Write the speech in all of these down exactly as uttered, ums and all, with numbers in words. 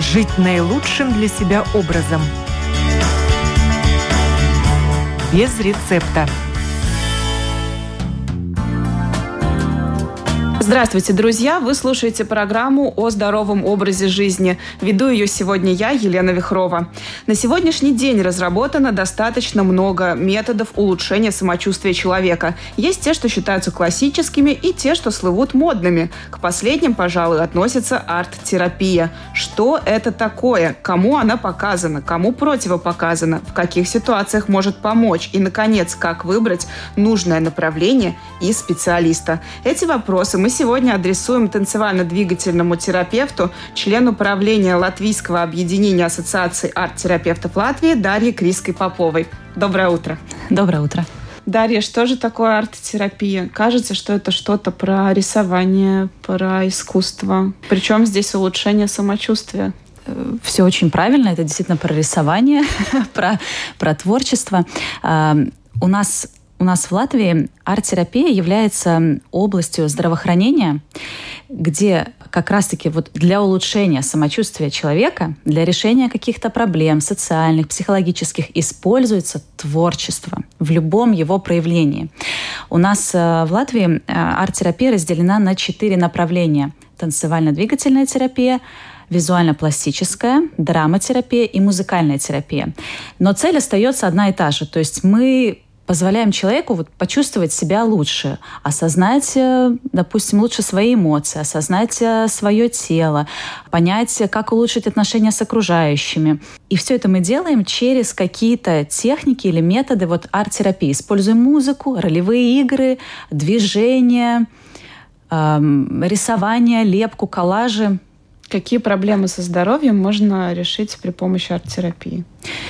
Жить наилучшим для себя образом. Без рецепта. Здравствуйте, друзья! Вы слушаете программу о здоровом образе жизни. Веду ее сегодня я, Елена Вихрова. На сегодняшний день разработано достаточно много методов улучшения самочувствия человека. Есть те, что считаются классическими, и те, что слывут модными. К последним, пожалуй, относится арт-терапия. Что это такое? Кому она показана? Кому противопоказана? В каких ситуациях может помочь? И, наконец, как выбрать нужное направление и специалиста? Эти вопросы мы сегодня адресуем танцевально-двигательному терапевту, члену правления Латвийского объединения ассоциаций арт-терапевтов Латвии Дарье Крисской-Поповой. Доброе утро. Доброе утро. Дарья, что же такое арт-терапия? Кажется, что это что-то про рисование, про искусство. Причем здесь улучшение самочувствия. Все очень правильно. Это действительно про рисование, про, про творчество. У нас У нас в Латвии арт-терапия является областью здравоохранения, где как раз-таки вот для улучшения самочувствия человека, для решения каких-то проблем социальных, психологических, используется творчество в любом его проявлении. У нас в Латвии арт-терапия разделена на четыре направления. Танцевально-двигательная терапия, визуально-пластическая, драматерапия и музыкальная терапия. Но цель остается одна и та же. То есть мы позволяем человеку вот почувствовать себя лучше, осознать, допустим, лучше свои эмоции, осознать свое тело, понять, как улучшить отношения с окружающими. И все это мы делаем через какие-то техники или методы вот арт-терапии. Используем музыку, ролевые игры, движения, эм, рисование, лепку, коллажи. Какие проблемы со здоровьем можно решить при помощи арт-терапии?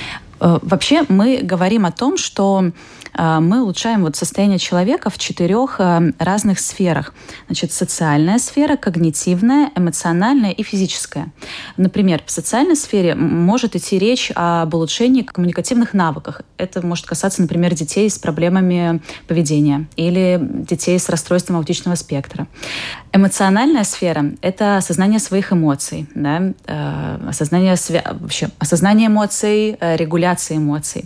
Вообще мы говорим о том, что мы улучшаем вот состояние человека в четырех разных сферах. Значит, социальная сфера, когнитивная, эмоциональная и физическая. Например, в социальной сфере может идти речь об улучшении коммуникативных навыков. Это может касаться, например, детей с проблемами поведения или детей с расстройством аутичного спектра. Эмоциональная сфера – это осознание своих эмоций, да? осознание, свя... вообще, осознание эмоций, регуляция эмоций.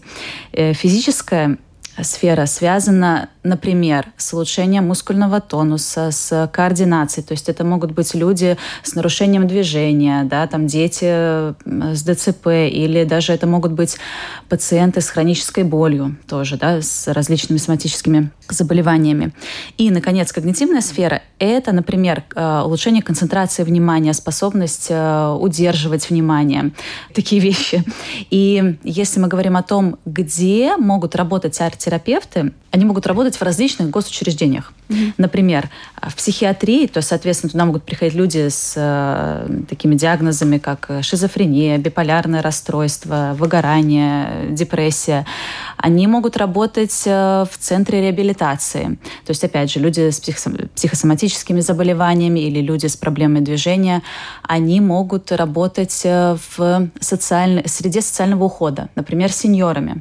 Физическая сфера связана, например, с улучшением мускульного тонуса, с координацией. То есть это могут быть люди с нарушением движения, да, там дети с ДЦП, или даже это могут быть пациенты с хронической болью тоже, да, с различными соматическими заболеваниями. И, наконец, когнитивная сфера – это, например, улучшение концентрации внимания, способность удерживать внимание, такие вещи. И если мы говорим о том, где могут работать арт-терапевты, они могут работать в различных госучреждениях. Mm-hmm. Например, в психиатрии, то, соответственно, туда могут приходить люди с э, такими диагнозами, как шизофрения, биполярное расстройство, выгорание, депрессия. Они могут работать э, в центре реабилитации. То есть, опять же, люди с психосом- психосоматическими заболеваниями или люди с проблемой движения, они могут работать э, в социальной, среде социального ухода, например, с сеньорами.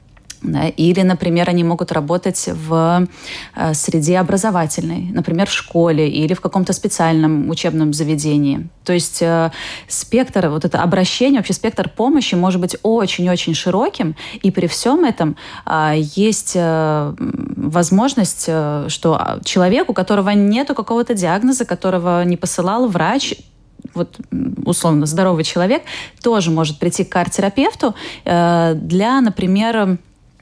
Да, или, например, они могут работать в э, среде образовательной, например, в школе или в каком-то специальном учебном заведении. То есть э, спектр, вот это обращение, вообще спектр помощи может быть очень-очень широким, и при всем этом э, есть э, возможность, э, что человек, у которого нету какого-то диагноза, которого не посылал врач, вот, условно, здоровый человек, тоже может прийти к арт-терапевту э, для, например,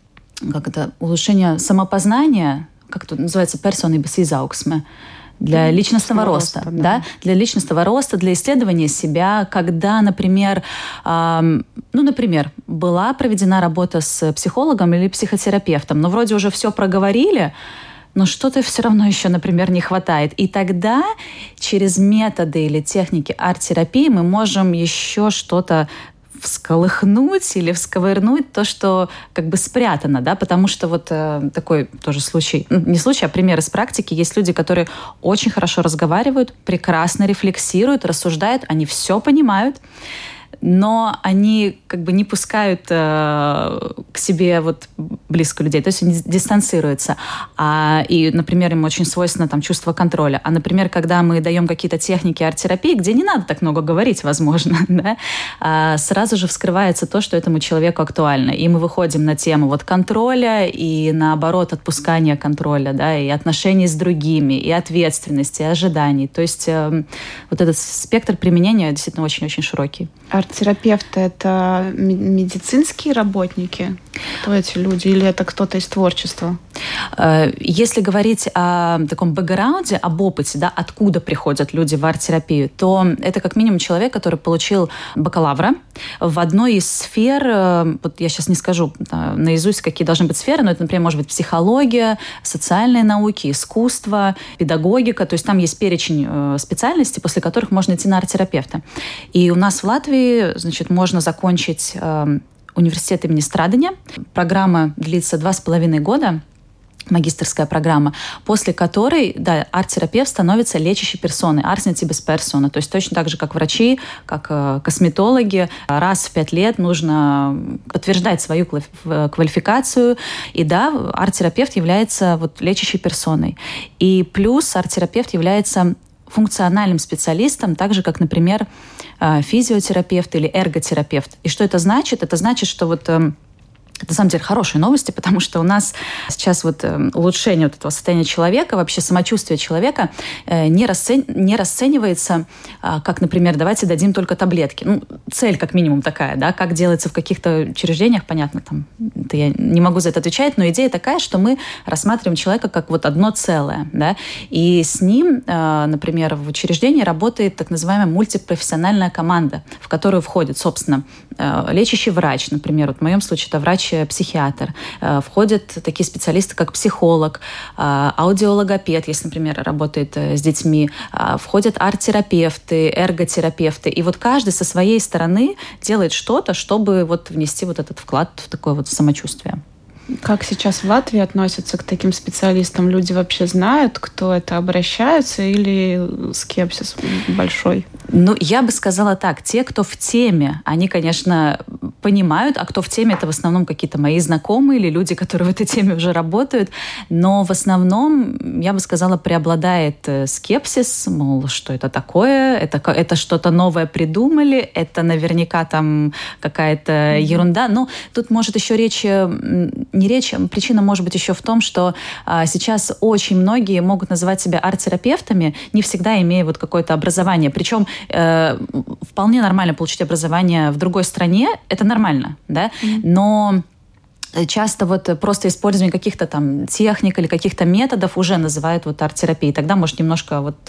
как это, улучшение самопознания, как это называется, персонības izaugsme, для личностного роста, роста да? Да? Для личностного роста, для исследования себя, когда, например, э, ну, например, была проведена работа с психологом или психотерапевтом, но вроде уже все проговорили, но что-то все равно еще, например, не хватает. И тогда через методы или техники арт-терапии мы можем еще что-то всколыхнуть или всковырнуть то, что как бы спрятано, да, потому что вот э, такой тоже случай, ну, не случай, а пример из практики. Есть люди, которые очень хорошо разговаривают, прекрасно рефлексируют, рассуждают, они все понимают, но они как бы не пускают э, к себе вот близко людей, то есть они дистанцируются. А, и, например, им очень свойственно там чувство контроля. А, например, когда мы даем какие-то техники арт-терапии, где не надо так много говорить, возможно, да, а, сразу же вскрывается то, что этому человеку актуально. И мы выходим на тему вот контроля и, наоборот, отпускания контроля, да, и отношений с другими, и ответственности, и ожиданий. То есть э, вот этот спектр применения действительно очень-очень широкий. Арт-терапевты — это медицинские работники? Кто эти люди? Или это кто-то из творчества? Если говорить о таком бэкграунде, об опыте, да, откуда приходят люди в арт-терапию, то это как минимум человек, который получил бакалавра в одной из сфер, вот я сейчас не скажу да, наизусть, какие должны быть сферы, но это, например, может быть психология, социальные науки, искусство, педагогика, то есть там есть перечень специальностей, после которых можно идти на арт-терапевта. И у нас в Латвии, значит, можно закончить университет имени Страдания. Программа длится два с половиной года, магистерская программа, после которой да, арт-терапевт становится лечащей персоной, ārstniecības persona. То есть точно так же, как врачи, как э, косметологи, раз в пять лет нужно подтверждать свою квалификацию. И да, арт-терапевт является вот, лечащей персоной. И плюс арт-терапевт является функциональным специалистом, так же, как, например, физиотерапевт или эрготерапевт. И что это значит? Это значит, что вот это, на самом деле, хорошие новости, потому что у нас сейчас вот улучшение вот этого состояния человека, вообще самочувствие человека не, расцен... не расценивается как, например, давайте дадим только таблетки. Ну, цель как минимум такая, да, как делается в каких-то учреждениях, понятно, там, это я не могу за это отвечать, но идея такая, что мы рассматриваем человека как вот одно целое, да, и с ним, например, в учреждении работает так называемая мультипрофессиональная команда, в которую входит, собственно, лечащий врач, например, вот в моем случае это врач психиатр. Входят такие специалисты, как психолог, аудиологопед, если, например, работает с детьми. Входят арт-терапевты, эрготерапевты. И вот каждый со своей стороны делает что-то, чтобы вот внести вот этот вклад в такое вот самочувствие. Как сейчас в Латвии относятся к таким специалистам? Люди вообще знают, кто это, обращаются, или скепсис большой? Ну, я бы сказала так. Те, кто в теме, они, конечно, понимают, а кто в теме, это в основном какие-то мои знакомые или люди, которые в этой теме уже работают. Но в основном, я бы сказала, преобладает скепсис, мол, что это такое, это, это что-то новое придумали, это наверняка там какая-то mm-hmm. ерунда. Но тут может еще речь... Не речь, причина может быть еще в том, что а, сейчас очень многие могут называть себя арт-терапевтами, не всегда имея вот какое-то образование. Причем э, вполне нормально получить образование в другой стране, это нормально, да, mm-hmm. но часто вот просто использование каких-то там техник или каких-то методов уже называют вот арт-терапией. Тогда может немножко вот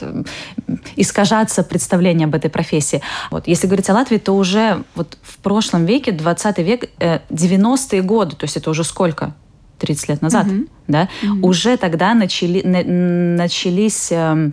искажаться представление об этой профессии. Вот. Если говорить о Латвии, то уже вот в прошлом веке, двадцатый век, девяностые годы, то есть это уже сколько? тридцать лет назад, mm-hmm. да? Mm-hmm. Уже тогда начали, на, начались...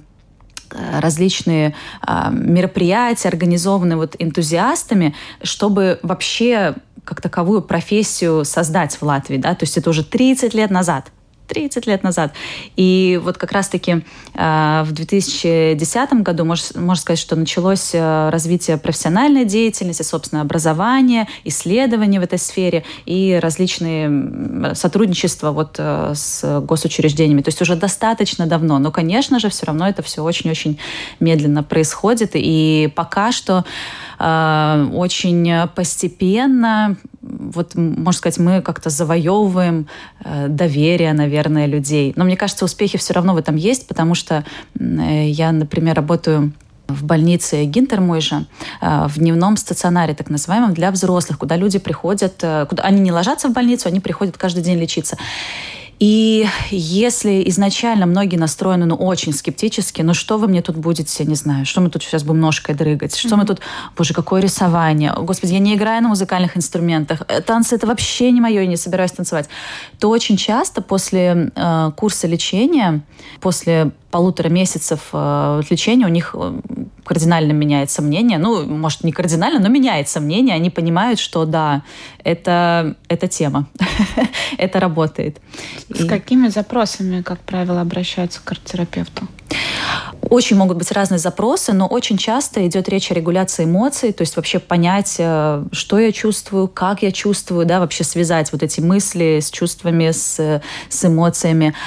различные а, мероприятия, организованные вот энтузиастами, чтобы вообще как таковую профессию создать в Латвии, да, то есть это уже тридцать лет назад. тридцать лет назад. И вот как раз-таки э, в две тысячи десятом году, можно, можно сказать, что началось э, развитие профессиональной деятельности, собственно, образования, исследования в этой сфере и различные сотрудничества вот, э, с госучреждениями. То есть уже достаточно давно. Но, конечно же, все равно это все очень-очень медленно происходит. И пока что э, очень постепенно, вот, можно сказать, мы как-то завоевываем э, доверие, наверное, людей. Но мне кажется, успехи все равно в этом есть, потому что э, я, например, работаю в больнице Гинтермойжа, э, в дневном стационаре, так называемом, для взрослых, куда люди приходят, э, куда они не ложатся в больницу, они приходят каждый день лечиться. И если изначально многие настроены, ну, очень скептически, ну, что вы мне тут будете, не знаю, что мы тут сейчас будем ножкой дрыгать, что mm-hmm. мы тут, боже, какое рисование, господи, я не играю на музыкальных инструментах, танцы — это вообще не мое, я не собираюсь танцевать, то очень часто после э, курса лечения, после полутора месяцев э, лечения у них кардинально меняется мнение. Ну, может, не кардинально, но меняется мнение. Они понимают, что да, это, это тема. Это работает. С И... какими запросами, как правило, обращаются к арт-терапевту? Очень могут быть разные запросы, но очень часто идет речь о регуляции эмоций, то есть вообще понять, что я чувствую, как я чувствую, да, вообще связать вот эти мысли с чувствами, с, с эмоциями.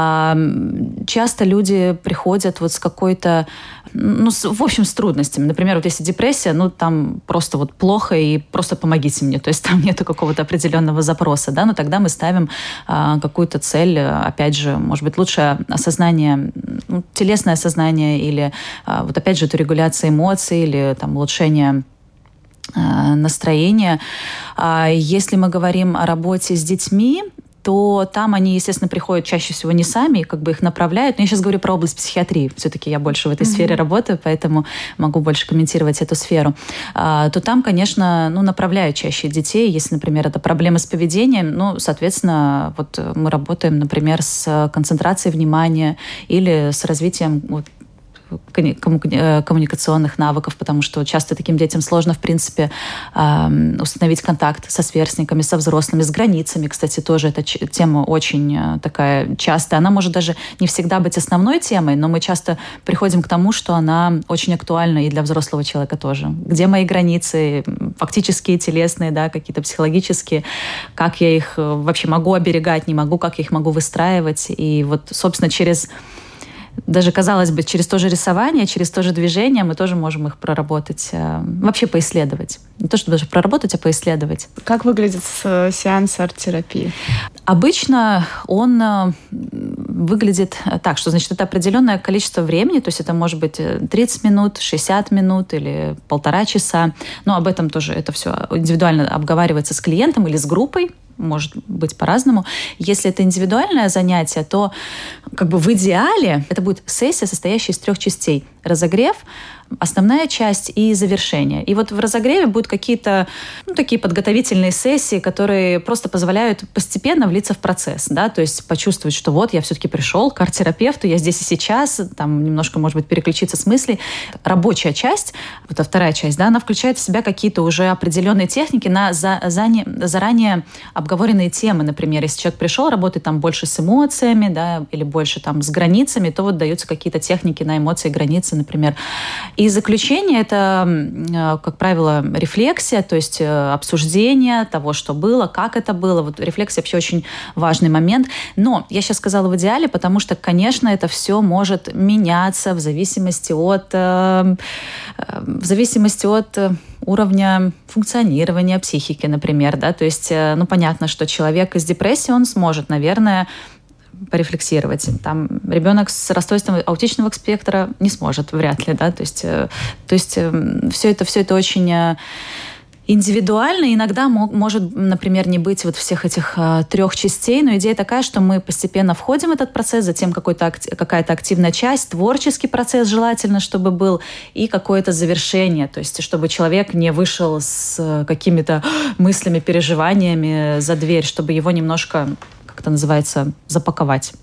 Часто люди приходят вот с какой-то, ну, с, в общем, с трудностями. Например, вот если депрессия, ну, там просто вот плохо и просто помогите мне, то есть там нету какого-то определенного запроса, да, но тогда мы ставим а, какую-то цель, опять же, может быть, лучше осознание, ну, телесное осознание или а, вот опять же эту регуляцию эмоций или там улучшение а, настроения. А если мы говорим о работе с детьми, то там они, естественно, приходят чаще всего не сами, как бы их направляют. Но я сейчас говорю про область психиатрии. Все-таки я больше в этой mm-hmm. сфере работаю, поэтому могу больше комментировать эту сферу. А, то там, конечно, ну, направляют чаще детей. Если, например, это проблемы с поведением, ну, соответственно, вот мы работаем, например, с концентрацией внимания или с развитием вот, коммуникационных навыков, потому что часто таким детям сложно, в принципе, установить контакт со сверстниками, со взрослыми, с границами. Кстати, тоже эта тема очень такая частая. Она может даже не всегда быть основной темой, но мы часто приходим к тому, что она очень актуальна и для взрослого человека тоже. Где мои границы, фактические, телесные, да, какие-то психологические, как я их вообще могу оберегать, не могу, как я их могу выстраивать. И вот, собственно, через даже, казалось бы, через то же рисование, через то же движение мы тоже можем их проработать, вообще поисследовать. Не то, чтобы даже проработать, а поисследовать. Как выглядит сеанс арт-терапии? Обычно он выглядит так, что, значит, это определенное количество времени, то есть это может быть тридцать минут, шестьдесят минут или полтора часа. Но об этом тоже это все индивидуально обговаривается с клиентом или с группой. Может быть по-разному. Если это индивидуальное занятие, то как бы в идеале это будет сессия, состоящая из трех частей. Разогрев, основная часть и завершение. И вот в разогреве будут какие-то ну, такие подготовительные сессии, которые просто позволяют постепенно влиться в процесс, да, то есть почувствовать, что вот я все-таки пришел к арт-терапевту, я здесь и сейчас, там немножко, может быть, переключиться с мыслей. Рабочая часть, вот а вторая часть, да, она включает в себя какие-то уже определенные техники на за, за, заранее обговоренные темы. Например, если человек пришел, работает там больше с эмоциями, да, или больше там с границами, то вот даются какие-то техники на эмоции, границы, например. И заключение – это, как правило, рефлексия, то есть обсуждение того, что было, как это было. Вот рефлексия вообще очень важный момент. Но я сейчас сказала в идеале, потому что, конечно, это все может меняться в зависимости от, в зависимости от уровня функционирования психики, например. Да? То есть, ну, понятно, что человек из депрессии, он сможет, наверное, порефлексировать. Там ребенок с расстройством аутичного спектра не сможет, вряд ли, да, то есть, то есть все это, все это очень индивидуально. Иногда мог, может, например, не быть вот всех этих а, трех частей, но идея такая, что мы постепенно входим в этот процесс, затем какой-то, какая-то активная часть, творческий процесс желательно, чтобы был, и какое-то завершение, то есть чтобы человек не вышел с какими-то мыслями, переживаниями за дверь, чтобы его немножко, как это называется, запаковать.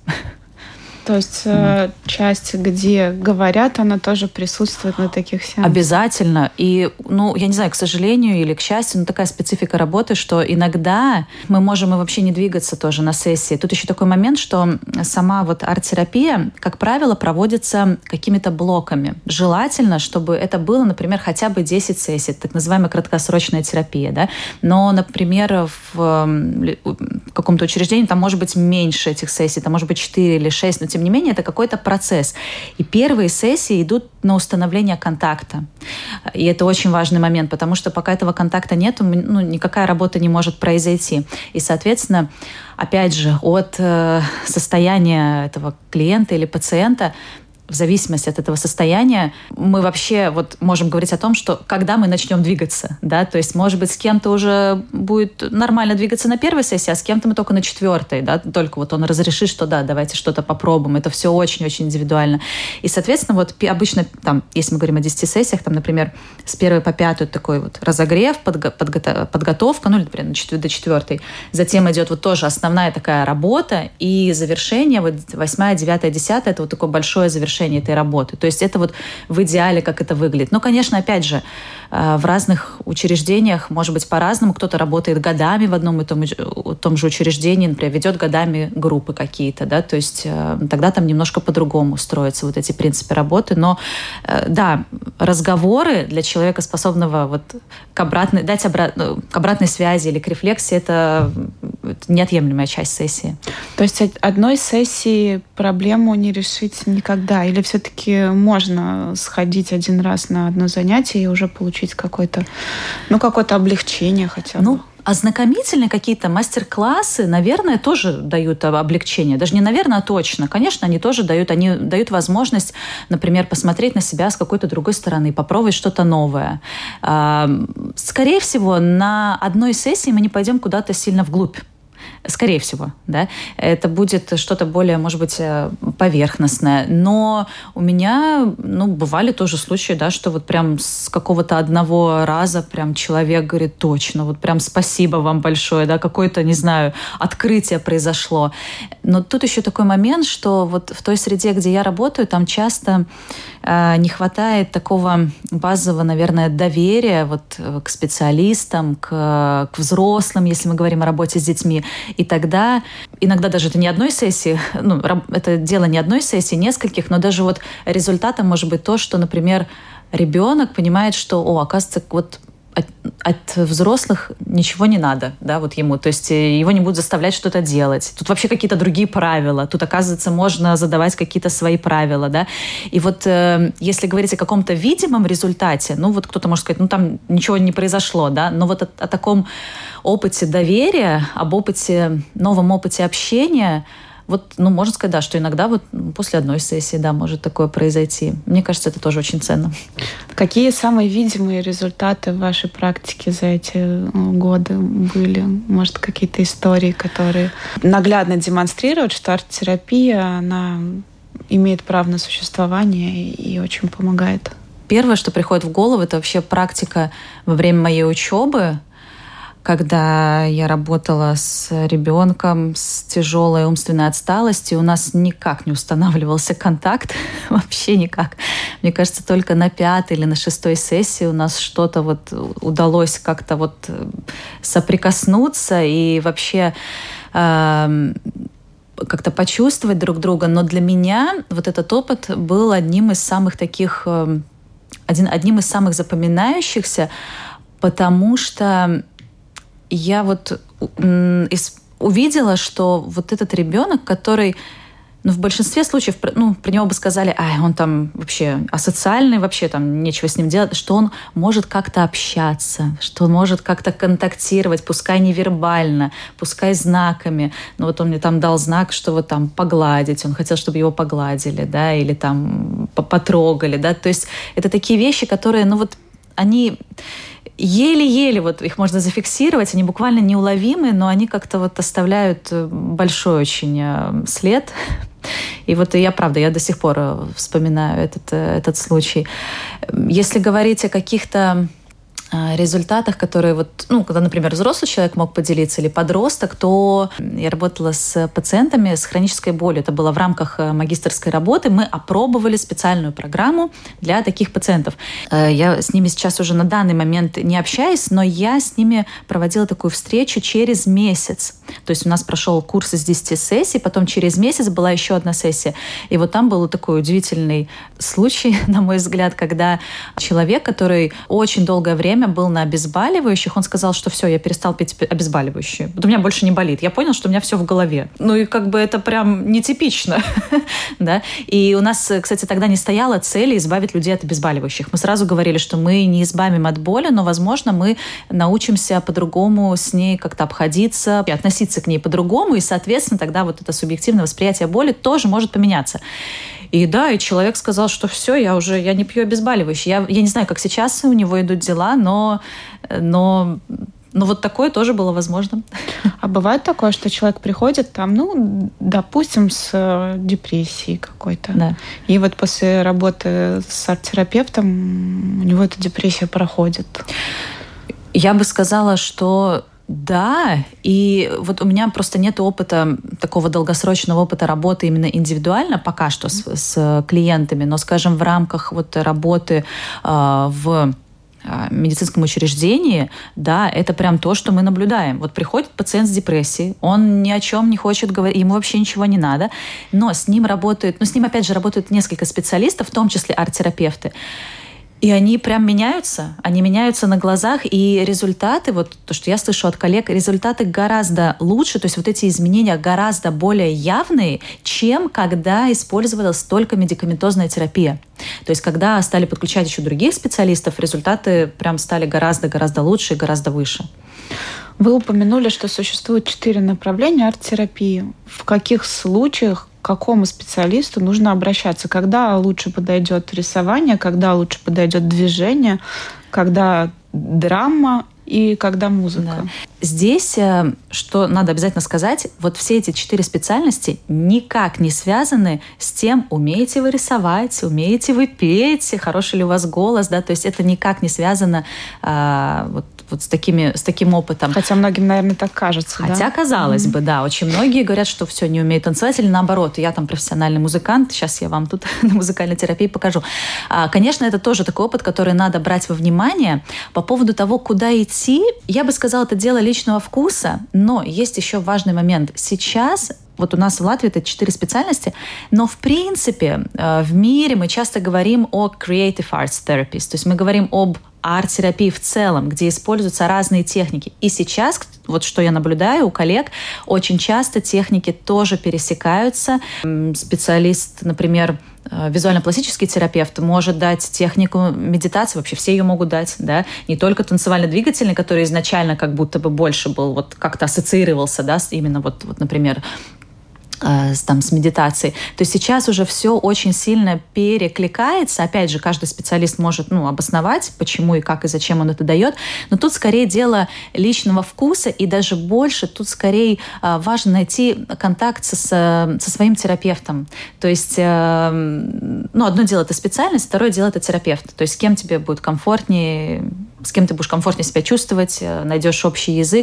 То есть mm. часть, где говорят, она тоже присутствует на таких сеансах? Обязательно. И, ну, я не знаю, к сожалению или к счастью, но такая специфика работы, что иногда мы можем и вообще не двигаться тоже на сессии. Тут еще такой момент, что сама вот арт-терапия, как правило, проводится какими-то блоками. Желательно, чтобы это было, например, хотя бы десять сессий, так называемая краткосрочная терапия. Да? Но, например, в каком-то учреждении там может быть меньше этих сессий, там может быть четыре или шесть, но тем не менее это какой-то процесс. И первые сессии идут на установление контакта. И это очень важный момент, потому что пока этого контакта нет, ну, никакая работа не может произойти. И, соответственно, опять же, от э, состояния этого клиента или пациента, в зависимости от этого состояния, мы вообще вот можем говорить о том, что когда мы начнем двигаться, да, то есть, может быть, с кем-то уже будет нормально двигаться на первой сессии, а с кем-то мы только на четвертой, да, только вот он разрешит, что да, давайте что-то попробуем, это все очень-очень индивидуально. И, соответственно, вот обычно, там, если мы говорим о десяти сессиях, там, например, с первой по пятую такой вот разогрев, подго- подго- подготовка, ну, например, до четвертой, затем идет вот тоже основная такая работа, и завершение, вот восьмая, девятая, десятая, это вот такое большое завершение завершения этой работы. То есть это вот в идеале, как это выглядит. Но, конечно, опять же, в разных учреждениях может быть по-разному. Кто-то работает годами в одном и том, том же учреждении, например, ведет годами группы какие-то, да, то есть тогда там немножко по-другому строятся вот эти принципы работы. Но да, разговоры для человека, способного вот к обратной, дать обрат, к обратной связи или к рефлексии, это, это неотъемлемая часть сессии. То есть одной сессии проблему не решить никогда? Или все-таки можно сходить один раз на одно занятие и уже получить какое-то, ну, какое-то облегчение хотя бы? Ну, ознакомительные какие-то мастер-классы, наверное, тоже дают облегчение. Даже не наверное, а точно. Конечно, они тоже дают, они дают возможность, например, посмотреть на себя с какой-то другой стороны, попробовать что-то новое. Скорее всего, на одной сессии мы не пойдем куда-то сильно вглубь. Скорее всего, да. Это будет что-то более, может быть, поверхностное. Но у меня, ну, бывали тоже случаи, да, что вот прям с какого-то одного раза прям человек говорит: точно, вот прям спасибо вам большое, да, какое-то, не знаю, открытие произошло. Но тут еще такой момент, что вот в той среде, где я работаю, там часто э, не хватает такого базового, наверное, доверия вот к специалистам, к, к взрослым, если мы говорим о работе с детьми. И тогда, иногда даже это не одной сессии, ну, это дело не одной сессии, нескольких, но даже вот результатом может быть то, что, например, ребенок понимает, что, о, оказывается, вот от, от взрослых ничего не надо, да, вот ему. То есть его не будут заставлять что-то делать. Тут вообще какие-то другие правила. Тут, оказывается, можно задавать какие-то свои правила, да. И вот э, если говорить о каком-то видимом результате, ну, вот кто-то может сказать, ну, там ничего не произошло, да, но вот о, о таком опыте доверия, об опыте, новом опыте общения, вот, ну, можно сказать, да, что иногда вот после одной сессии, да, может такое произойти. Мне кажется, это тоже очень ценно. Какие самые видимые результаты в вашей практике за эти годы были? Может, какие-то истории, которые наглядно демонстрируют, что арт-терапия, она имеет право на существование и очень помогает? Первое, что приходит в голову, это вообще практика во время моей учебы, когда я работала с ребенком с тяжелой умственной отсталостью, у нас никак не устанавливался контакт, вообще никак. Мне кажется, только на пятой или на шестой сессии у нас что-то вот удалось как-то вот соприкоснуться и вообще э, как-то почувствовать друг друга. Но для меня вот этот опыт был одним из самых таких, э, один, одним из самых запоминающихся, потому что я вот увидела, что вот этот ребенок, который, ну, в большинстве случаев, ну, про него бы сказали, ай, он там вообще асоциальный, вообще там нечего с ним делать, что он может как-то общаться, что он может как-то контактировать, пускай невербально, пускай знаками. Ну, вот он мне там дал знак, что вот там погладить, он хотел, чтобы его погладили, да, или там потрогали, да. То есть это такие вещи, которые, ну, вот они еле-еле вот их можно зафиксировать, они буквально неуловимы, но они как-то вот оставляют большой очень след. И вот я, правда, я до сих пор вспоминаю этот, этот случай. Если говорить о каких-то результатах, которые вот, ну, когда, например, взрослый человек мог поделиться или подросток, то я работала с пациентами с хронической болью. Это было в рамках магистерской работы. Мы опробовали специальную программу для таких пациентов. Я с ними сейчас уже на данный момент не общаюсь, но я с ними проводила такую встречу через месяц. То есть у нас прошел курс из десяти сессий, потом через месяц была еще одна сессия. И вот там был такой удивительный случай, на мой взгляд, когда человек, который очень долгое время был на обезболивающих, он сказал, что все, я перестал пить обезболивающие. Вот у меня больше не болит. Я понял, что у меня все в голове. Ну и как бы это прям нетипично. Да? И у нас, кстати, тогда не стояла цели избавить людей от обезболивающих. Мы сразу говорили, что мы не избавим от боли, но, возможно, мы научимся по-другому с ней как-то обходиться, относиться к ней по-другому, и, соответственно, тогда вот это субъективное восприятие боли тоже может поменяться. И да, и человек сказал, что все, я уже я не пью обезболивающие. Я, я не знаю, как сейчас у него идут дела, но, но, но вот такое тоже было возможно. А бывает такое, что человек приходит там, ну, допустим, с депрессией какой-то. Да. И вот после работы с арт-терапевтом у него эта депрессия проходит. Я бы сказала, что Да, и вот у меня просто нет опыта, такого долгосрочного опыта работы именно индивидуально пока что с, с клиентами, но, скажем, в рамках вот работы э, в медицинском учреждении, да, это прям то, что мы наблюдаем. Вот приходит пациент с депрессией, он ни о чем не хочет говорить, ему вообще ничего не надо, но с ним работает, ну, с ним, опять же, работают несколько специалистов, в том числе арт-терапевты. И они прям меняются, они меняются на глазах, и результаты, вот то, что я слышу от коллег, результаты гораздо лучше, то есть вот эти изменения гораздо более явные, чем когда использовалась только медикаментозная терапия. То есть когда стали подключать еще других специалистов, результаты прям стали гораздо-гораздо лучше и гораздо выше. Вы упомянули, что существует четыре направления арт-терапии. В каких случаях к какому специалисту нужно обращаться? Когда лучше подойдет рисование, когда лучше подойдет движение, когда драма и когда музыка? Да. Здесь, что надо обязательно сказать, вот все эти четыре специальности никак не связаны с тем, умеете вы рисовать, умеете вы петь, хороший ли у вас голос, да, то есть это никак не связано а, вот, вот с, такими, с таким опытом. Хотя многим, наверное, так кажется. Хотя, да? казалось mm-hmm. бы, да, очень многие говорят, что все, не умеют танцевать, или наоборот, я там профессиональный музыкант, сейчас я вам тут на музыкальной терапии покажу. А, конечно, это тоже такой опыт, который надо брать во внимание. По поводу того, куда идти, я бы сказала, это дело личного вкуса, но есть еще важный момент. Сейчас вот у нас в Латвии это четыре специальности, но в принципе в мире мы часто говорим о creative arts therapies, то есть мы говорим об арт-терапии в целом, где используются разные техники. И сейчас, вот что я наблюдаю у коллег, очень часто техники тоже пересекаются. Специалист, например, визуально-пластический терапевт может дать технику медитации, вообще все ее могут дать, да, не только танцевально-двигательный, который изначально как будто бы больше был, вот как-то ассоциировался, да, именно вот, вот например, С, там, с медитацией. То есть сейчас уже все очень сильно перекликается. Опять же, каждый специалист может ну, обосновать, почему и как и зачем он это дает. Но тут скорее дело личного вкуса, и даже больше тут скорее важно найти контакт со, со своим терапевтом. То есть, ну, одно дело это специальность, второе дело это терапевт. То есть с кем тебе будет комфортнее, с кем ты будешь комфортнее себя чувствовать, найдешь общий язык.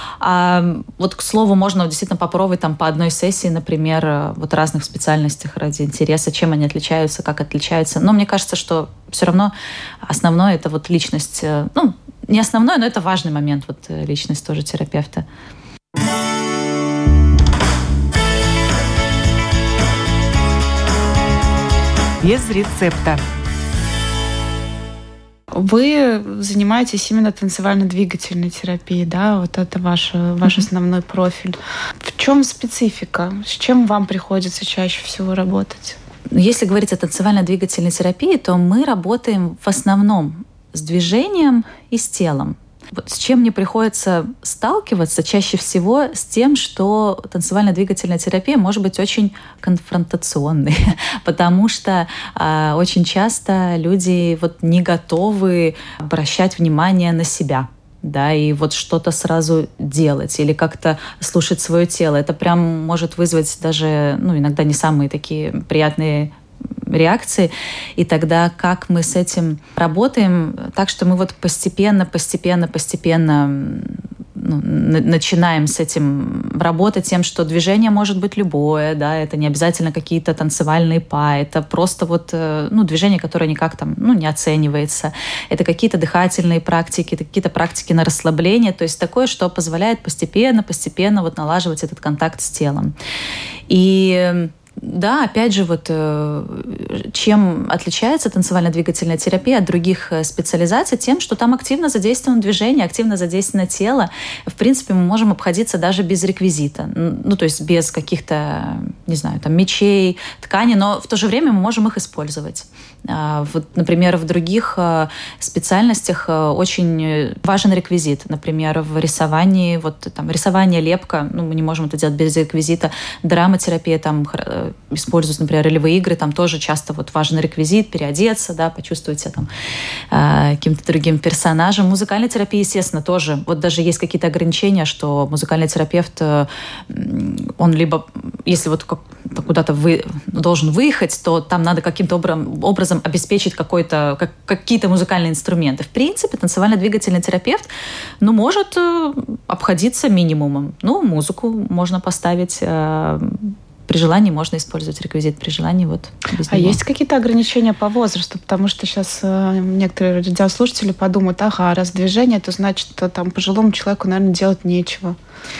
А вот, к слову, можно действительно попробовать там по одной сессии, например, вот в разных специальностях ради интереса, чем они отличаются, как отличаются. Но мне кажется, что все равно основное это вот личность, ну, не основное, но это важный момент, вот личность тоже терапевта. Без рецепта. Вы занимаетесь именно танцевально-двигательной терапией, да? Вот это ваш, ваш mm-hmm. основной профиль. В чем специфика? С чем вам приходится чаще всего работать? Если говорить о танцевально-двигательной терапии, то мы работаем в основном с движением и с телом. Вот с чем мне приходится сталкиваться чаще всего с тем, что танцевально-двигательная терапия может быть очень конфронтационной, потому что э, очень часто люди вот не готовы обращать внимание на себя. Да, и вот что-то сразу делать или как-то слушать свое тело. Это прям может вызвать даже, ну, иногда не самые такие приятные реакции. И тогда как мы с этим работаем, так что мы вот постепенно, постепенно, постепенно ну, начинаем с этим работать тем, что движение может быть любое, да, это не обязательно какие-то танцевальные па, это просто вот, ну, движение, которое никак там, ну, не оценивается. Это какие-то дыхательные практики, это какие-то практики на расслабление, то есть такое, что позволяет постепенно, постепенно вот налаживать этот контакт с телом. И да, опять же, вот чем отличается танцевально-двигательная терапия от других специализаций? Тем, что там активно задействовано движение, активно задействовано тело. В принципе, мы можем обходиться даже без реквизита. Ну, то есть без каких-то, не знаю, там, мечей, тканей, но в то же время мы можем их использовать. Вот, например, в других специальностях очень важен реквизит. Например, в рисовании, вот там рисование, лепка, ну, мы не можем это делать без реквизита. Драматерапия, там, э, используют, например, ролевые игры, там тоже часто вот важен реквизит, переодеться, да, почувствовать себя там э, каким-то другим персонажем. Музыкальная терапия, естественно, тоже. Вот даже есть какие-то ограничения, что музыкальный терапевт, э, он либо, если вот как, куда-то вы, должен выехать, то там надо каким-то образом, образом обеспечить какой-то, как, какие-то музыкальные инструменты. В принципе, танцевально-двигательный терапевт, ну, может э, обходиться минимумом. Ну, музыку можно поставить, э, при желании можно использовать реквизит, при желании вот без А него. есть какие-то ограничения по возрасту? Потому что сейчас э, некоторые радиослушатели подумают, ага, раз движение, то значит, то, там пожилому человеку, наверное, делать нечего.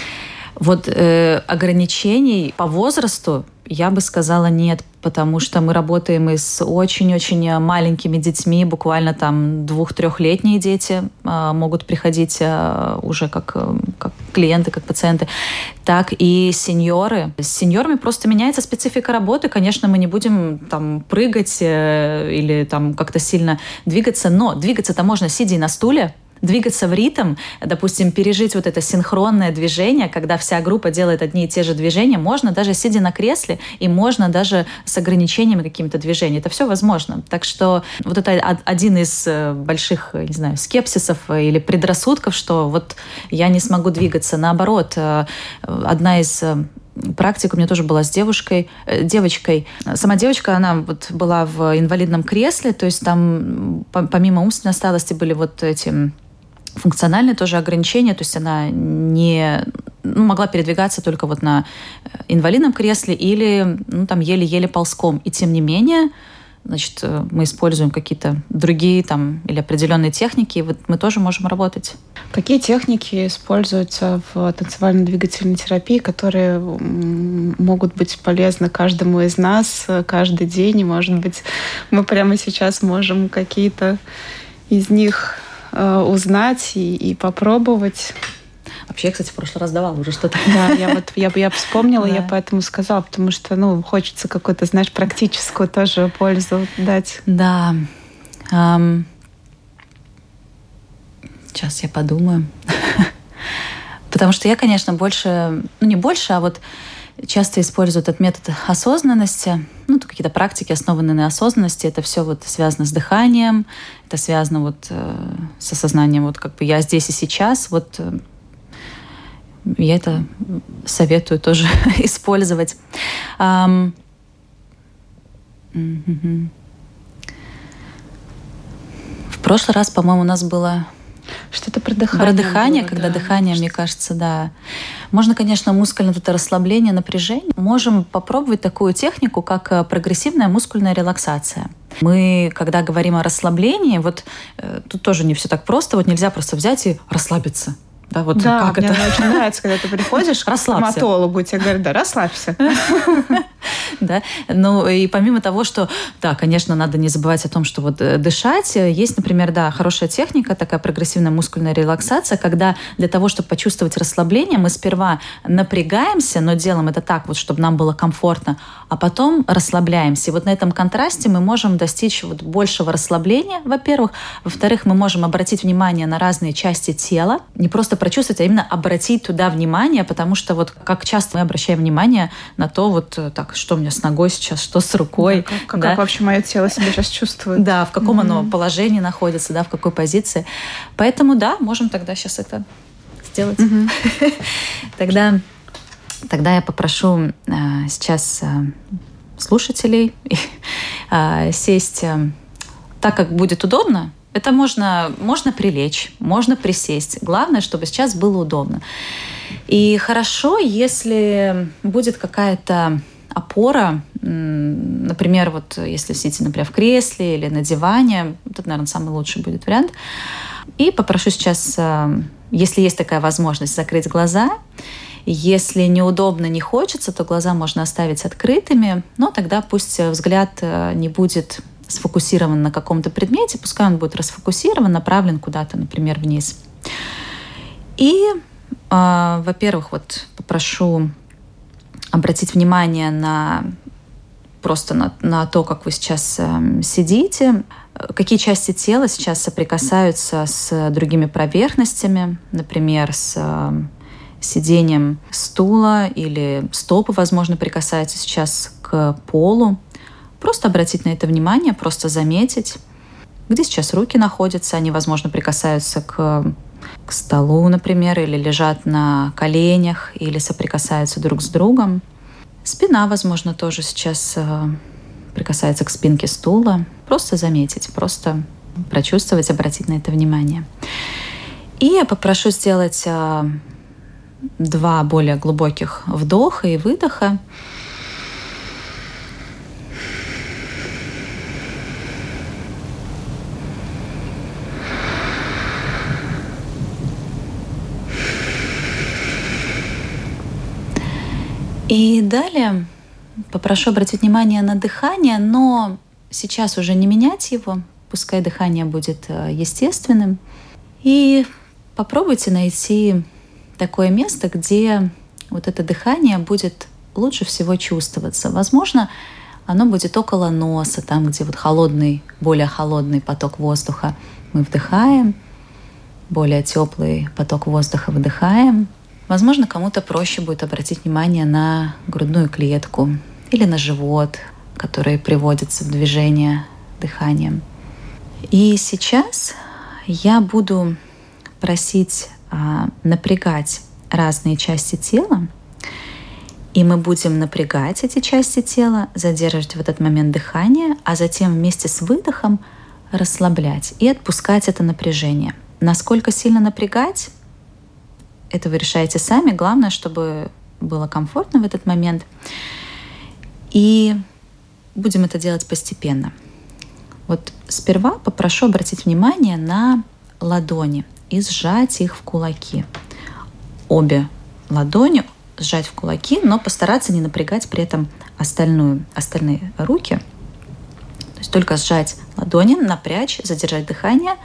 Вот э, ограничений по возрасту, я бы сказала, нет, потому что мы работаем и с очень-очень маленькими детьми, буквально там двух-трехлетние дети э, могут приходить э, уже как, э, как клиенты, как пациенты, так и сеньоры. С сеньорами просто меняется специфика работы. Конечно, мы не будем там прыгать э, или там как-то сильно двигаться, но двигаться-то можно сидя и на стуле, двигаться в ритм, допустим, пережить вот это синхронное движение, когда вся группа делает одни и те же движения, можно даже сидя на кресле, и можно даже с ограничениями какими-то движений. Это все возможно. Так что вот это один из больших, не знаю, скепсисов или предрассудков, что вот я не смогу двигаться. Наоборот, одна из практика у меня тоже была с девушкой, девочкой. Сама девочка, она вот была в инвалидном кресле, то есть там помимо умственной отсталости были вот эти функциональные тоже ограничения, то есть она не ну, могла передвигаться только вот на инвалидном кресле или ну, там еле-еле ползком. И тем не менее, значит, мы используем какие-то другие там или определенные техники, и вот мы тоже можем работать. Какие техники используются в танцевально-двигательной терапии, которые могут быть полезны каждому из нас каждый день? И, может быть, мы прямо сейчас можем какие-то из них э, узнать и, и попробовать? Вообще, я, кстати, в прошлый раз давала уже что-то. Да, я вот я, я вспомнила, да. Я поэтому сказала, потому что, ну, хочется какую-то, знаешь, практическую тоже пользу дать. Да. Um... Сейчас я подумаю. Потому что я, конечно, больше, ну не больше, а вот часто использую этот метод осознанности, ну, какие-то практики, основанные на осознанности. Это все вот связано с дыханием, это связано вот э, с осознанием, вот как бы я здесь и сейчас, вот э, я это советую тоже использовать. Um, mm-hmm. В прошлый раз, по-моему, у нас было... Что-то про дыхание. Про дыхание, было, когда да. дыхание, мне кажется, да. Можно, конечно, мускульное это расслабление, напряжение. Можем попробовать такую технику, как прогрессивная мускульная релаксация. Мы, когда говорим о расслаблении, вот э, тут тоже не все так просто. Вот нельзя просто взять и расслабиться. Да, вот да, как мне это? очень нравится, когда ты приходишь к стоматологу, и тебе говорят, да, расслабься. Да, ну и помимо того, что, да, конечно, надо не забывать о том, что вот дышать. Есть, например, да, хорошая техника, такая прогрессивная мускульная релаксация, когда для того, чтобы почувствовать расслабление, мы сперва напрягаемся, но делаем это так, вот, чтобы нам было комфортно, а потом расслабляемся. И вот на этом контрасте мы можем достичь вот большего расслабления, во-первых. Во-вторых, мы можем обратить внимание на разные части тела, не просто прочувствовать, а именно обратить туда внимание, потому что вот как часто мы обращаем внимание на то, вот так, что у меня с ногой сейчас, что с рукой. Да, как, да? как вообще мое тело себя сейчас чувствует. Да, в каком mm-hmm. оно положении находится, да, в какой позиции. Поэтому, да, можем тогда сейчас это сделать. Mm-hmm. тогда, тогда я попрошу э, сейчас э, слушателей э, сесть э, так, как будет удобно. Это можно, можно прилечь, можно присесть. Главное, чтобы сейчас было удобно. И хорошо, если будет какая-то опора, например, вот если сидите, например, в кресле или на диване, это, наверное, самый лучший будет вариант. И попрошу сейчас, если есть такая возможность, закрыть глаза. Если неудобно, не хочется, то глаза можно оставить открытыми, но тогда пусть взгляд не будет сфокусирован на каком-то предмете, пускай он будет расфокусирован, направлен куда-то, например, вниз. И, э, во-первых, вот попрошу обратить внимание на просто на, на то, как вы сейчас э, сидите, какие части тела сейчас соприкасаются с другими поверхностями, например, с э, сиденьем стула или стопы, возможно, прикасаются сейчас к полу. Просто обратить на это внимание, просто заметить, где сейчас руки находятся. Они, возможно, прикасаются к, к столу, например, или лежат на коленях, или соприкасаются друг с другом. Спина, возможно, тоже сейчас прикасается к спинке стула. Просто заметить, просто прочувствовать, обратить на это внимание. И я попрошу сделать два более глубоких вдоха и выдоха. И далее попрошу обратить внимание на дыхание, но сейчас уже не менять его, пускай дыхание будет естественным. И попробуйте найти такое место, где вот это дыхание будет лучше всего чувствоваться. Возможно, оно будет около носа, там, где вот холодный, более холодный поток воздуха мы вдыхаем, более теплый поток воздуха выдыхаем. Возможно, кому-то проще будет обратить внимание на грудную клетку или на живот, который приводится в движение дыханием. И сейчас я буду просить а, напрягать разные части тела, и мы будем напрягать эти части тела, задерживать в этот момент дыхание, а затем вместе с выдохом расслаблять и отпускать это напряжение. Насколько сильно напрягать? Это вы решаете сами. Главное, чтобы было комфортно в этот момент. И будем это делать постепенно. Вот сперва попрошу обратить внимание на ладони и сжать их в кулаки. Обе ладони сжать в кулаки, но постараться не напрягать при этом остальную, остальные руки. То есть только сжать ладони, напрячь, задержать дыхание.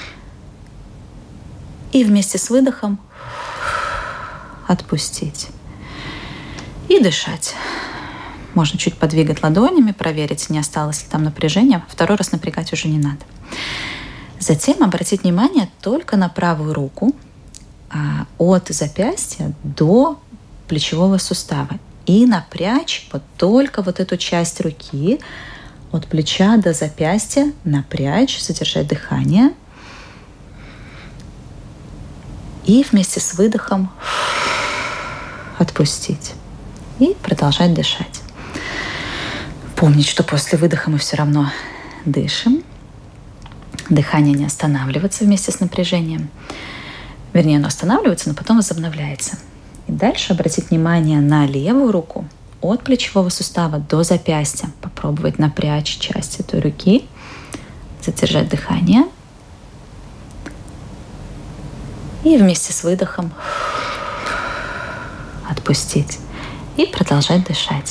И вместе с выдохом отпустить. И дышать. Можно чуть подвигать ладонями, проверить, не осталось ли там напряжения. Второй раз напрягать уже не надо. Затем обратить внимание только на правую руку а, от запястья до плечевого сустава. И напрячь вот только вот эту часть руки от плеча до запястья. Напрячь, задержать дыхание. И вместе с выдохом отпустить. И продолжать дышать. Помнить, что после выдоха мы все равно дышим. Дыхание не останавливается вместе с напряжением. Вернее, оно останавливается, но потом возобновляется. И дальше обратить внимание на левую руку от плечевого сустава до запястья. Попробовать напрячь часть этой руки. Задержать дыхание. И вместе с выдохом отпустить. И продолжать дышать.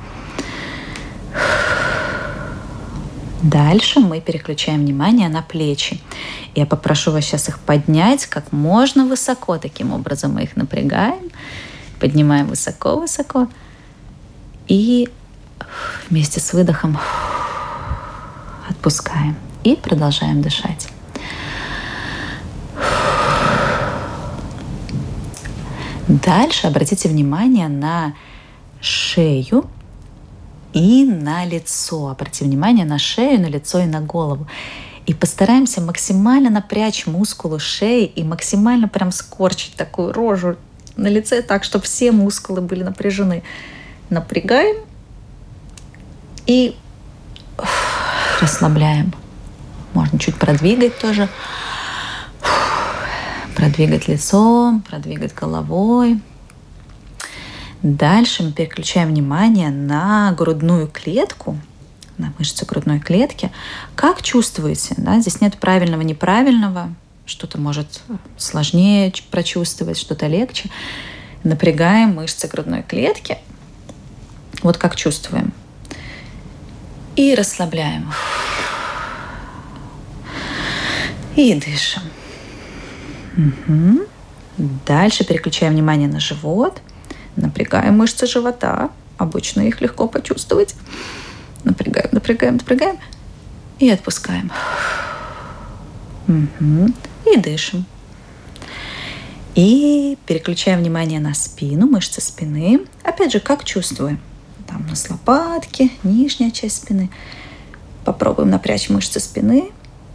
Дальше мы переключаем внимание на плечи. Я попрошу вас сейчас их поднять как можно высоко. Таким образом мы их напрягаем. Поднимаем высоко-высоко. И вместе с выдохом отпускаем. И продолжаем дышать. Дальше обратите внимание на шею и на лицо. Обратите внимание на шею, на лицо и на голову. И постараемся максимально напрячь мускулы шеи и максимально прям скорчить такую рожу на лице так, чтобы все мускулы были напряжены. Напрягаем и расслабляем. Можно чуть продвигать тоже. Продвигать лицом, продвигать головой. Дальше мы переключаем внимание на грудную клетку, на мышцы грудной клетки. Как чувствуете? Да? Здесь нет правильного, неправильного. Что-то может сложнее прочувствовать, что-то легче. Напрягаем мышцы грудной клетки. Вот как чувствуем. И расслабляем. И дышим. Угу. Дальше переключаем внимание на живот. Напрягаем мышцы живота. Обычно их легко почувствовать. Напрягаем, напрягаем, напрягаем. И отпускаем. Угу. И дышим. И переключаем внимание на спину, мышцы спины. Опять же, как чувствуем. там у нас лопатки, нижняя часть спины. Попробуем напрячь мышцы спины.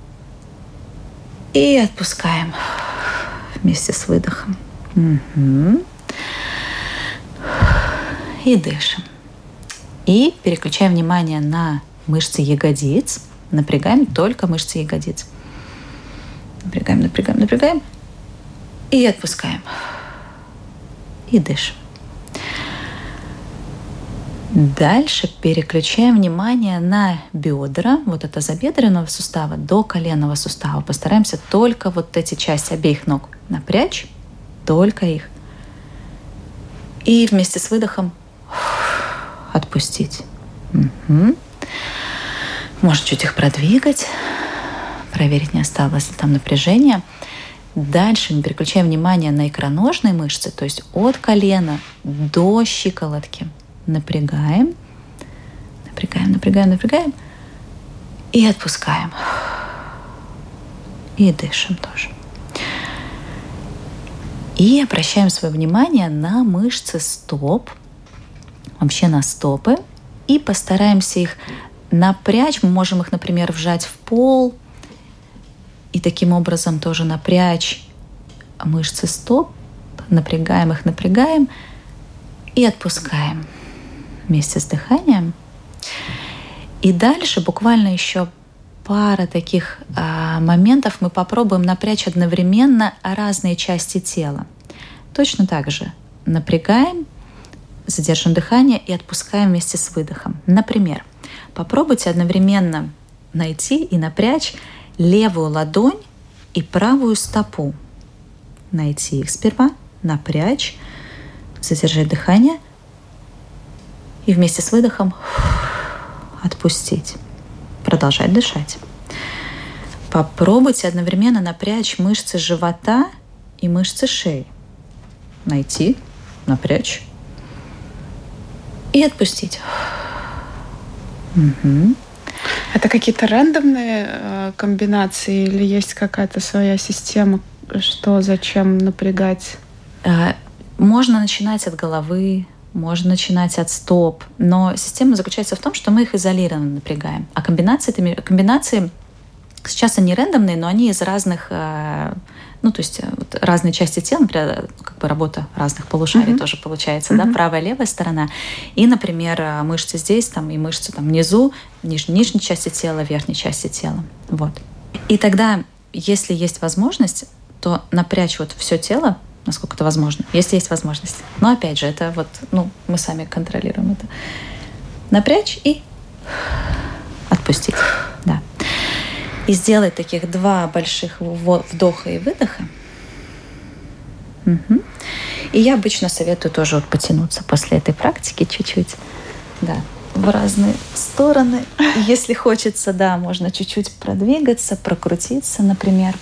И отпускаем вместе с выдохом. Угу. И дышим. И переключаем внимание на мышцы ягодиц. Напрягаем только мышцы ягодиц. Напрягаем, напрягаем, напрягаем. И отпускаем. И дышим. Дальше переключаем внимание на бедра, вот от тазобедренного сустава до коленного сустава. Постараемся только вот эти части обеих ног напрячь, только их. И вместе с выдохом отпустить. Угу. Можно чуть их продвигать, проверить, не осталось ли там напряжения. Дальше мы переключаем внимание на икроножные мышцы, то есть от колена до щиколотки. Напрягаем, напрягаем, напрягаем, напрягаем и отпускаем. И дышим тоже. И обращаем свое внимание на мышцы стоп, вообще на стопы, и постараемся их напрячь. Мы можем их, например, вжать в пол и таким образом тоже напрячь мышцы стоп. Напрягаем их, напрягаем и отпускаем вместе с дыханием. И дальше буквально еще пара таких а, моментов мы попробуем напрячь одновременно разные части тела. Точно так же напрягаем, задержим дыхание и отпускаем вместе с выдохом. Например, попробуйте одновременно найти и напрячь левую ладонь и правую стопу. Найти их сперва, напрячь, задержать дыхание и вместе с выдохом отпустить. Продолжать дышать. Попробуйте одновременно напрячь мышцы живота и мышцы шеи. Найти, напрячь и отпустить. Угу. Это какие-то рандомные э, комбинации или есть какая-то своя система, что, зачем напрягать? Можно начинать от головы, можно начинать от стоп, но система заключается в том, что мы их изолированно напрягаем. А комбинации, комбинации сейчас они рандомные, но они из разных, ну, то есть вот разные части тела, например, как бы работа разных полушарий mm-hmm. тоже получается, mm-hmm. да, правая, левая сторона. И, например, мышцы здесь, там, и мышцы там внизу, ниж, нижней части тела, верхней части тела. Вот. И тогда, если есть возможность, то напрячь вот все тело, насколько это возможно, если есть возможность. Но опять же, это вот, ну, мы сами контролируем это. Напрячь и отпустить. Да. И сделать таких два больших вдоха и выдоха. Угу. И я обычно советую тоже вот потянуться после этой практики чуть-чуть. Да, в разные стороны. И если хочется, да, можно чуть-чуть продвигаться, прокрутиться, например.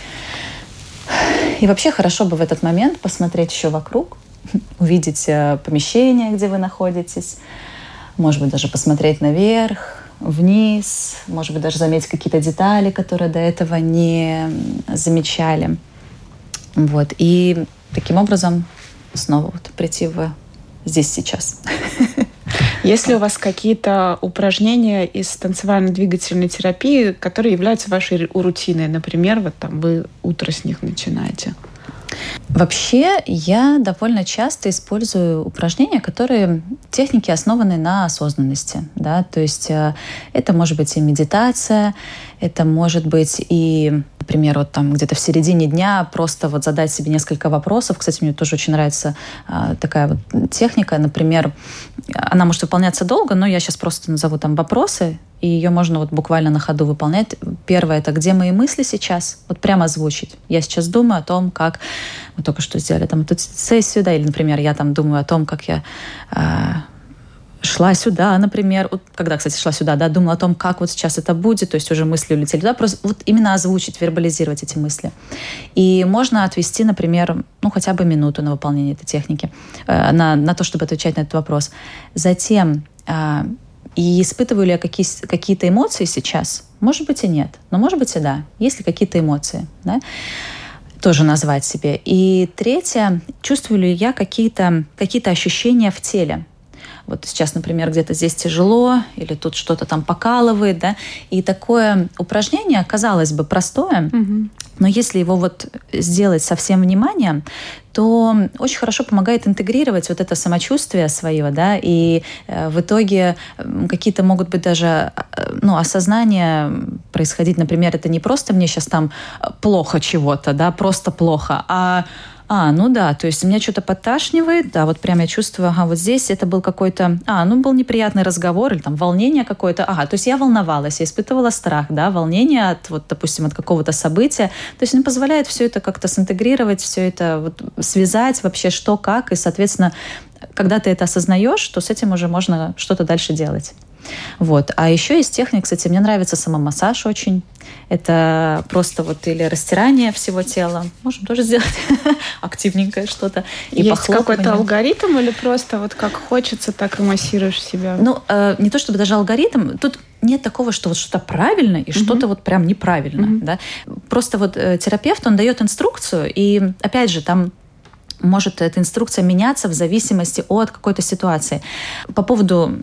И вообще хорошо бы в этот момент посмотреть еще вокруг, увидеть помещение, где вы находитесь, может быть, даже посмотреть наверх, вниз, может быть, даже заметить какие-то детали, которые до этого не замечали. Вот. И таким образом снова вот прийти в здесь, сейчас. Есть ли у вас какие-то упражнения из танцевально-двигательной терапии, которые являются вашей рутиной? Например, вот там вы утро с них начинаете. Вообще, я довольно часто использую упражнения, которые, техники, основаны на осознанности. Да? То есть это может быть и медитация, это может быть и, например, вот там где-то в середине дня просто вот задать себе несколько вопросов. Кстати, мне тоже очень нравится а, такая вот техника. Например, она может выполняться долго, но я сейчас просто назову там вопросы, и ее можно вот буквально на ходу выполнять. Первое — это где мои мысли сейчас? Вот прямо озвучить. Я сейчас думаю о том, как мы только что сделали там эту сессию, да, или, например, я там думаю о том, как я а, шла сюда, например, вот, когда, кстати, шла сюда, да, думала о том, как вот сейчас это будет, то есть уже мысли улетели туда, просто вот именно озвучить, вербализировать эти мысли. И можно отвести, например, ну, хотя бы минуту на выполнение этой техники, э, на, на то, чтобы отвечать на этот вопрос. Затем, э, и испытываю ли я какие, какие-то эмоции сейчас? Может быть и нет, но может быть и да. Есть ли какие-то эмоции, да? Тоже назвать себе. И третье, чувствую ли я какие-то, какие-то ощущения в теле? вот сейчас, например, где-то здесь тяжело, или тут что-то там покалывает, да, и такое упражнение, казалось бы, простое, угу. но если его вот сделать со всем вниманием, то очень хорошо помогает интегрировать вот это самочувствие свое, да, и э, в итоге какие-то могут быть даже, ну, осознания происходить, например, это не просто мне сейчас там плохо чего-то, да, просто плохо, а А, ну да, то есть меня что-то подташнивает, да, вот прям я чувствую, ага, вот здесь это был какой-то, а, ну был неприятный разговор или там волнение какое-то, ага, то есть я волновалась, я испытывала страх, да, волнение от, вот, допустим, от какого-то события, то есть он позволяет все это как-то синтегрировать, все это вот связать вообще что, как, и, соответственно, когда ты это осознаешь, то с этим уже можно что-то дальше делать. Вот. А еще из техник, кстати, мне нравится самомассаж очень. Это просто вот или растирание всего тела. Можем тоже сделать активненькое что-то. И есть какой-то алгоритм или просто вот как хочется, так и массируешь себя? Ну, э, не то чтобы даже алгоритм. Тут нет такого, что вот что-то правильно и uh-huh. что-то вот прям неправильно. Uh-huh. Да? Просто вот э, терапевт, он дает инструкцию, и опять же, там может эта инструкция меняться в зависимости от какой-то ситуации. По поводу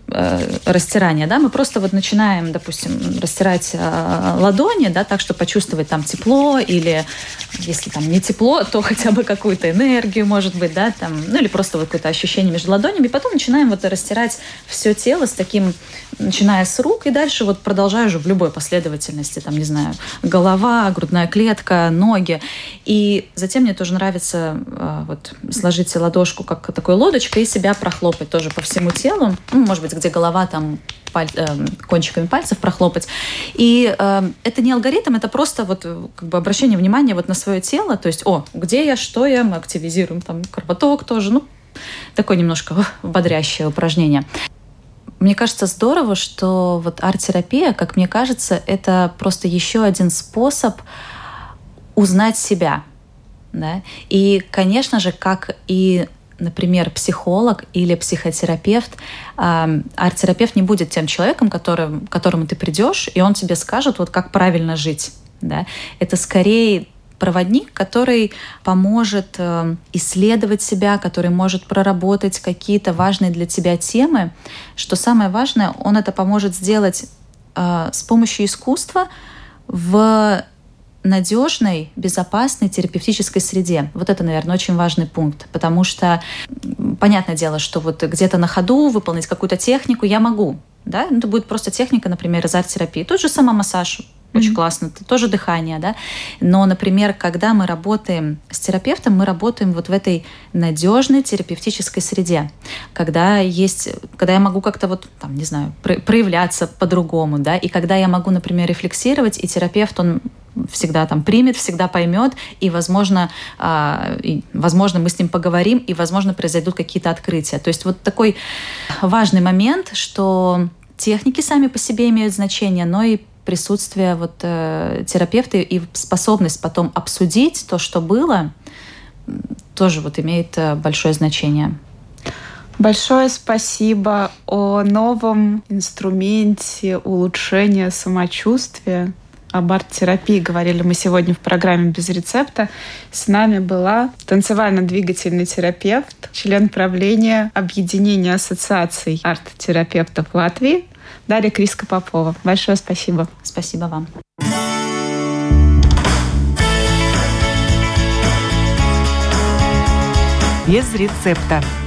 э, растирания, да, мы просто вот начинаем, допустим, растирать э, ладони, да, так, чтобы почувствовать там тепло, или если там не тепло, то хотя бы какую-то энергию, может быть, да, там, ну или просто вот какое-то ощущение между ладонями. Потом начинаем вот растирать все тело с таким, начиная с рук, и дальше вот продолжаю уже в любой последовательности, там, не знаю, голова, грудная клетка, ноги. И затем мне тоже нравится вот сложить ладошку как такой лодочкой и себя прохлопать тоже по всему телу. Ну, может быть, где голова, там паль... кончиками пальцев прохлопать. И э, это не алгоритм, это просто вот как бы обращение внимания вот на свое тело. То есть, о, где я, что я, мы активизируем там кровоток тоже. Ну, такое немножко бодрящее упражнение. Мне кажется, здорово, что вот арт-терапия, как мне кажется, это просто еще один способ узнать себя. Да? И, конечно же, как и, например, психолог или психотерапевт, э, арт-терапевт не будет тем человеком, который, к которому ты придешь, и он тебе скажет, вот как правильно жить. Да? Это скорее проводник, который поможет э, исследовать себя, который может проработать какие-то важные для тебя темы. Что самое важное, он это поможет сделать э, с помощью искусства в надежной, безопасной терапевтической среде. Вот это, наверное, очень важный пункт, потому что понятное дело, что вот где-то на ходу выполнить какую-то технику я могу, да, это будет просто техника, например, из арт-терапии. Тот же самомассаж, очень mm-hmm. классно, это тоже дыхание, да. Но, например, когда мы работаем с терапевтом, мы работаем вот в этой надежной терапевтической среде, когда есть, когда я могу как-то вот, там, не знаю, проявляться по-другому, да, и когда я могу, например, рефлексировать, и терапевт, он всегда там примет, всегда поймет, и, возможно, э, и, возможно, мы с ним поговорим, и, возможно, произойдут какие-то открытия. То есть вот такой важный момент, что техники сами по себе имеют значение, но и присутствие вот, э, терапевта и способность потом обсудить то, что было, тоже вот имеет большое значение. Большое спасибо о новом инструменте улучшения самочувствия. Об арт-терапии говорили мы сегодня в программе «Без рецепта». С нами была танцевально-двигательный терапевт, член правления Объединения ассоциаций арт-терапевтов Латвии Дарья Криско-Попова. Большое спасибо. Спасибо вам. «Без рецепта».